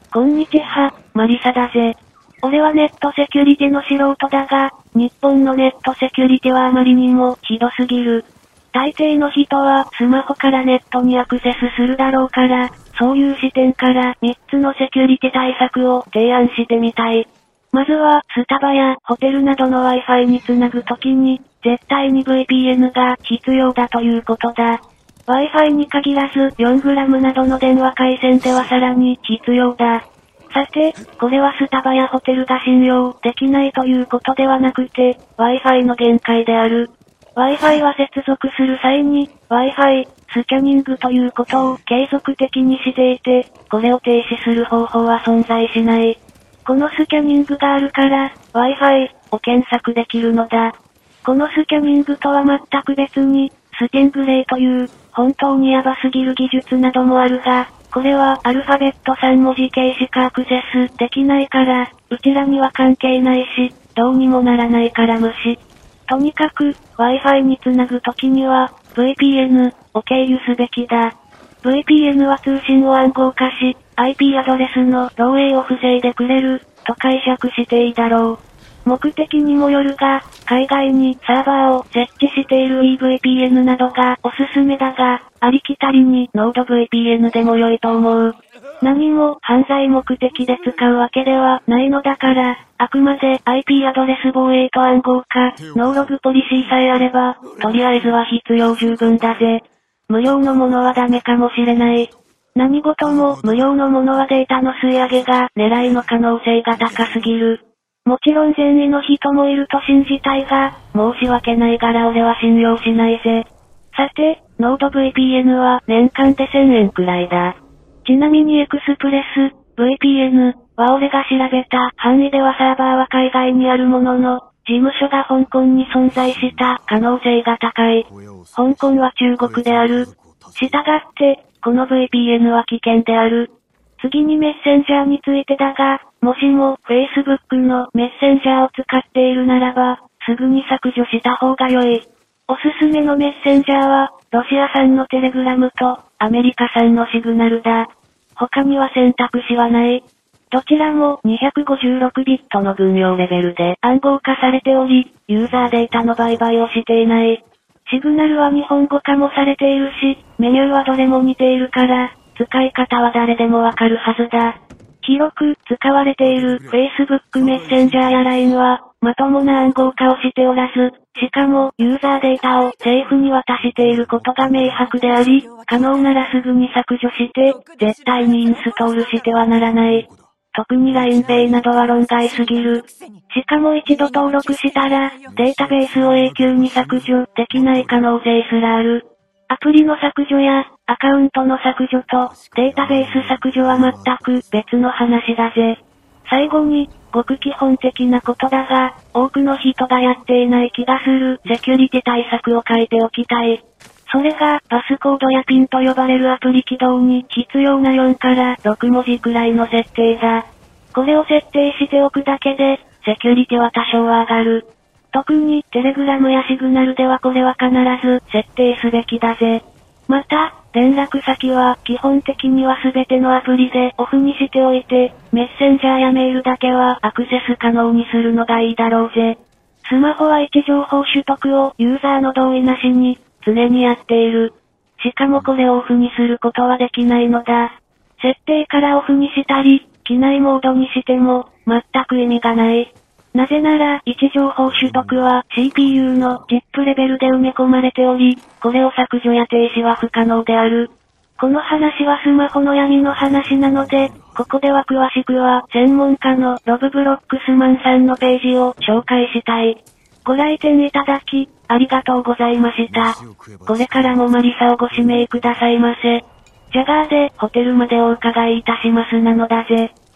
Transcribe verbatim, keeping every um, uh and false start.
こんにちは、マリサだぜ。俺はネットセキュリティの素人だが、日本のネットセキュリティはあまりにもひどすぎる。大抵の人はスマホからネットにアクセスするだろうから、そういう視点からみっつのセキュリティ対策を提案してみたい。まずは、スタバやホテルなどの Wi-Fi につなぐときに、絶対に ブイピーエヌ が必要だということだ。Wi-Fi に限らず よんグラム などの電話回線ではさらに必要だ。さて、これはスタバやホテルが信用できないということではなくて、Wi-Fi の限界である。Wi-Fi は接続する際に、Wi-Fi、スキャニングということを継続的にしていて、これを停止する方法は存在しない。このスキャニングがあるから、Wi-Fi を検索できるのだ。このスキャニングとは全く別に、スティングレイという、本当にヤバすぎる技術などもあるが、これはアルファベットさん文字形しかアクセスできないから、うちらには関係ないし、どうにもならないから無視。とにかく、Wi-Fi につなぐときには、ブイピーエヌ を経由すべきだ。ブイピーエヌ は通信を暗号化し、アイピー アドレスの漏洩を防いでくれる、と解釈していいだろう。目的にもよるが、海外にサーバーを設置している イーブイピーエヌ などがおすすめだが、ありきたりにノード ブイピーエヌ でも良いと思う。何も犯罪目的で使うわけではないのだから、あくまで アイピー アドレス防衛と暗号化、ノーログポリシーさえあれば、とりあえずは必要十分だぜ。無料のものはダメかもしれない。何事も無料のものはデータの吸い上げが狙いの可能性が高すぎる。もちろん善意の人もいると信じたいが、申し訳ないがら俺は信用しないぜ。さて、ノード ブイピーエヌ は年間でせんえんくらいだ。ちなみにエクスプレス、ブイピーエヌ は俺が調べた範囲ではサーバーは海外にあるものの、事務所が香港に存在した可能性が高い。香港は中国である。したがって、この ブイピーエヌ は危険である。次にメッセンジャーについてだが、もしも Facebook のメッセンジャーを使っているならば、すぐに削除した方が良い。おすすめのメッセンジャーは、ロシア産のテレグラムと、アメリカ産のシグナルだ。他には選択肢はない。どちらもにひゃくごじゅうろくビットの軍用レベルで暗号化されており、ユーザーデータの売買をしていない。シグナルは日本語化もされているし、メニューはどれも似ているから、使い方は誰でもわかるはずだ。広く使われている Facebook メッセンジャーや ライン は、まともな暗号化をしておらず、しかもユーザーデータを政府に渡していることが明白であり、可能ならすぐに削除して、絶対にインストールしてはならない。特に ラインペイ などは論外すぎる。しかも一度登録したら、データベースを永久に削除できない可能性すらある。アプリの削除や、アカウントの削除と、データベース削除は全く別の話だぜ。最後に、ごく基本的なことだが、多くの人がやっていない気がするセキュリティ対策を書いておきたい。それが、パスコードやピンと呼ばれるアプリ起動に必要なよんからろく文字くらいの設定だ。これを設定しておくだけで、セキュリティは多少は上がる。特に、テレグラムやシグナルではこれは必ず、設定すべきだぜ。また、連絡先は、基本的にはすべてのアプリでオフにしておいて、メッセンジャーやメールだけはアクセス可能にするのがいいだろうぜ。スマホは位置情報取得をユーザーの同意なしに、常にやっている。しかもこれをオフにすることはできないのだ。設定からオフにしたり、機内モードにしても、全く意味がない。なぜなら、位置情報取得は シーピーユー の ジップ レベルで埋め込まれており、これを削除や停止は不可能である。この話はスマホの闇の話なので、ここでは詳しくは専門家のロブブロックスマンさんのページを紹介したい。ご来店いただき、ありがとうございました。これからもマリサをご指名くださいませ。ジャガーでホテルまでお伺いいたしますなのだぜ。